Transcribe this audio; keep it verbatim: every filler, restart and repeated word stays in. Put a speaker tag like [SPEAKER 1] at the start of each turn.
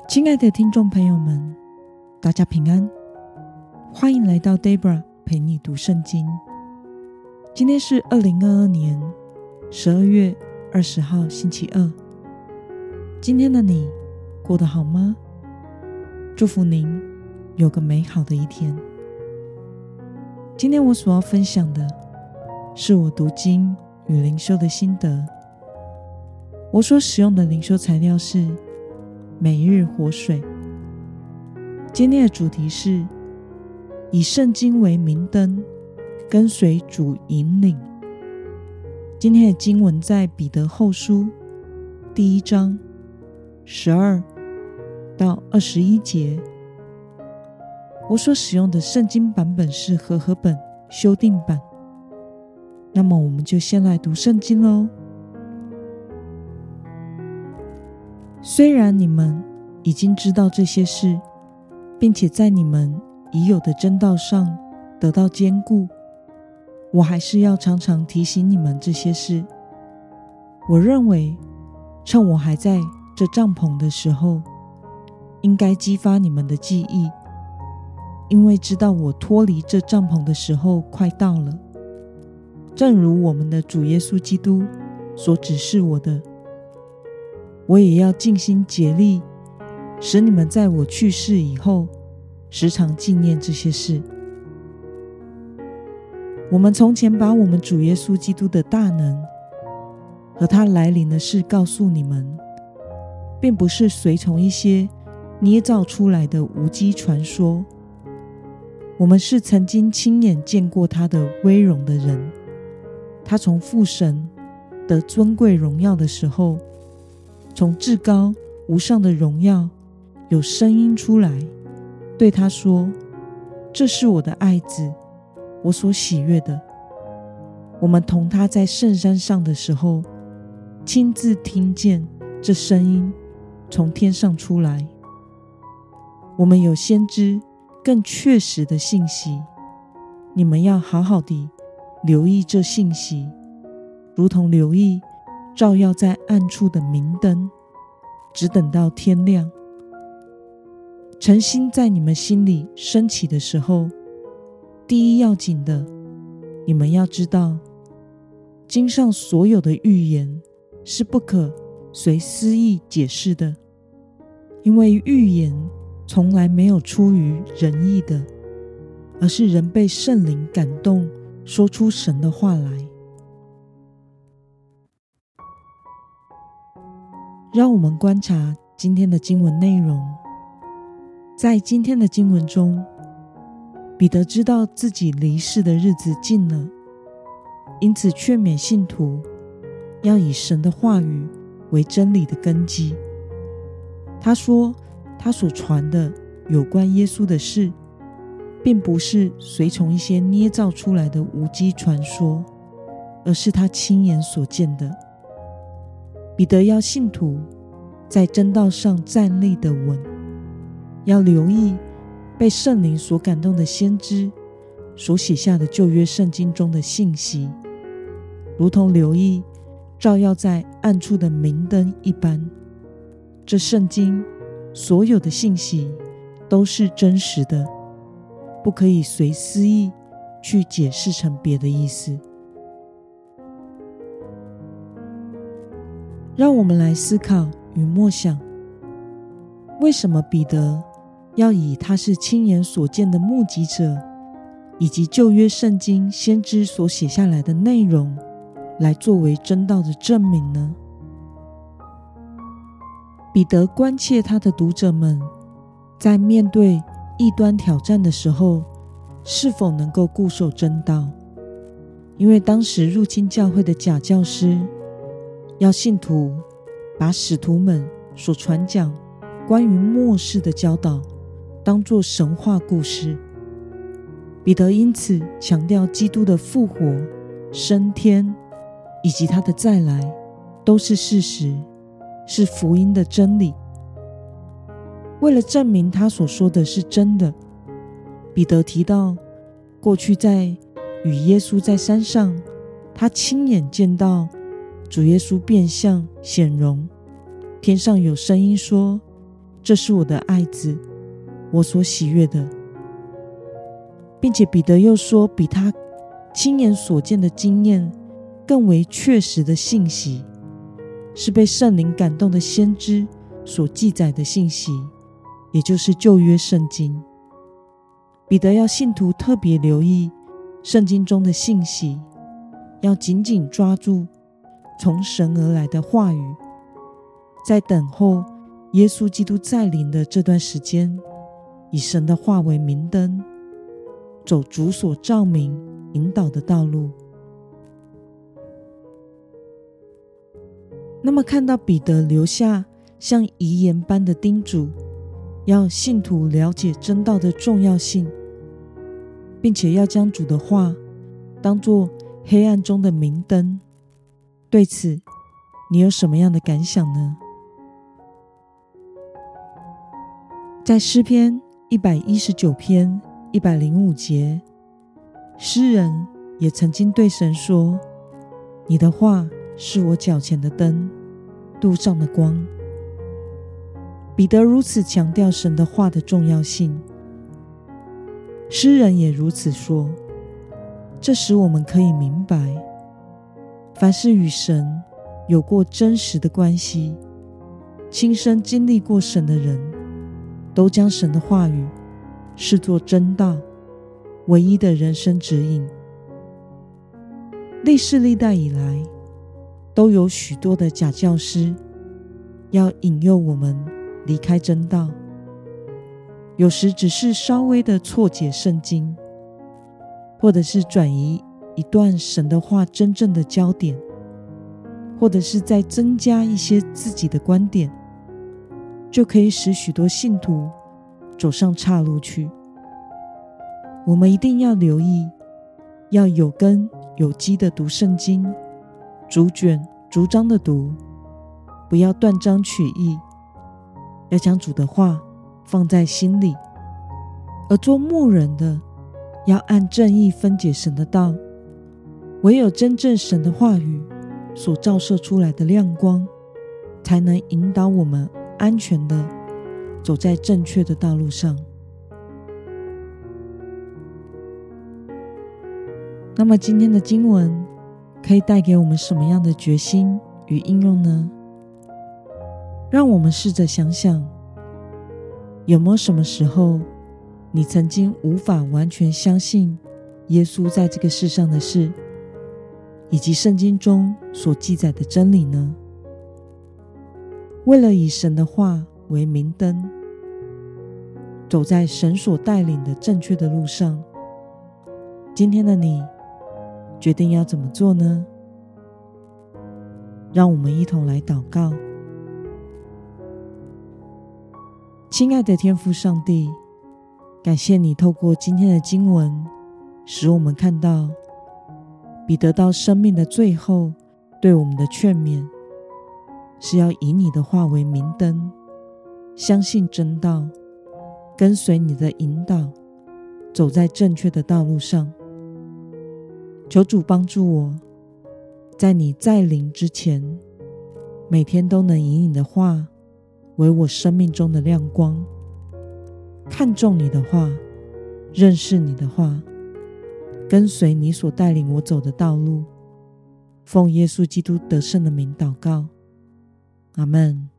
[SPEAKER 1] 亲爱的听众朋友们，大家平安，欢迎来到 Debra 陪你读圣经。今天是二零二二年十二月二十号星期二。今天的你过得好吗？祝福您有个美好的一天。今天我所要分享的是我读经与灵修的心得。我所使用的灵修材料是每日活水。今天的主题是以圣经为明灯，跟随主引领。今天的经文在彼得后书第一章十二到二十一节。我所使用的圣经版本是和合本修订版。那么我们就先来读圣经咯。虽然你们已经知道这些事，并且在你们已有的真道上得到坚固，我还是要常常提醒你们这些事。我认为趁我还在这帐篷的时候，应该激发你们的记忆，因为知道我脱离这帐篷的时候快到了。正如我们的主耶稣基督所指示我的，我也要尽心竭力，使你们在我去世以后时常纪念这些事。我们从前把我们主耶稣基督的大能和他来临的事告诉你们，并不是随从一些捏造出来的无稽传说。我们是曾经亲眼见过他的威荣的人。他从父神得尊贵荣耀的时候，从至高无上的荣耀有声音出来，对他说：这是我的爱子，我所喜悦的。我们同他在圣山上的时候，亲自听见这声音从天上出来。我们有先知更确实的信息，你们要好好地留意这信息，如同留意照耀在暗处的明灯，直等到天亮。诚心在你们心里升起的时候，第一要紧的，你们要知道，经上所有的预言是不可随私意解释的，因为预言从来没有出于人意的，而是人被圣灵感动，说出神的话来。让我们观察今天的经文内容。在今天的经文中，彼得知道自己离世的日子近了，因此劝勉信徒要以神的话语为真理的根基。他说，他所传的有关耶稣的事，并不是随从一些捏造出来的无稽传说，而是他亲眼所见的。彼得要信徒在真道上站立得稳，要留意被圣灵所感动的先知所写下的旧约圣经中的信息，如同留意照耀在暗处的明灯一般。这圣经所有的信息都是真实的，不可以随私意去解释成别的意思。让我们来思考与默想，为什么彼得要以他是亲眼所见的目击者，以及旧约圣经先知所写下来的内容来作为真道的证明呢？彼得关切他的读者们在面对异端挑战的时候，是否能够固守真道。因为当时入侵教会的假教师要信徒把使徒们所传讲关于末世的教导当作神话故事。彼得因此强调基督的复活、升天以及他的再来都是事实，是福音的真理。为了证明他所说的是真的，彼得提到过去在与耶稣在山上，他亲眼见到主耶稣变相显荣，天上有声音说： 这是我的爱子，我所喜悦的。并且彼得又说，比他亲眼所见的经验更为确实的信息，是被圣灵感动的先知所记载的信息，也就是旧约圣经。彼得要信徒特别留意圣经中的信息，要紧紧抓住从神而来的话语，在等候耶稣基督再临的这段时间，以神的话为明灯，走主所照明引导的道路。那么看到彼得留下像遗言般的叮嘱，要信徒了解真道的重要性，并且要将主的话当作黑暗中的明灯，对此你有什么样的感想呢？在诗篇一百一十九篇一百零五节，诗人也曾经对神说，你的话是我脚前的灯，路上的光。彼得如此强调神的话的重要性，诗人也如此说，这使我们可以明白，凡是与神有过真实的关系，亲身经历过神的人，都将神的话语视作真道，唯一的人生指引。历世历代以来，都有许多的假教师要引诱我们离开真道，有时只是稍微的错解圣经，或者是转移一段神的话真正的焦点，或者是再增加一些自己的观点，就可以使许多信徒走上岔路去。我们一定要留意，要有根有基的读圣经，逐卷逐章的读，不要断章取义，要将主的话放在心里。而做牧人的要按正义分解神的道，唯有真正神的话语所照射出来的亮光，才能引导我们安全的走在正确的道路上。那么今天的经文可以带给我们什么样的决心与应用呢？让我们试着想想，有没有什么时候你曾经无法完全相信耶稣在这个世上的事，以及圣经中所记载的真理呢？为了以神的话为明灯，走在神所带领的正确的路上，今天的你决定要怎么做呢？让我们一同来祷告。亲爱的天父上帝，感谢你透过今天的经文，使我们看到彼得到生命的最后对我们的劝勉，是要以你的话为明灯，相信真道，跟随你的引导，走在正确的道路上。求主帮助我，在你再临之前，每天都能以你的话为我生命中的亮光，看重你的话，认识你的话，跟随你所带领我走的道路。奉耶稣基督得胜的名祷告，阿们。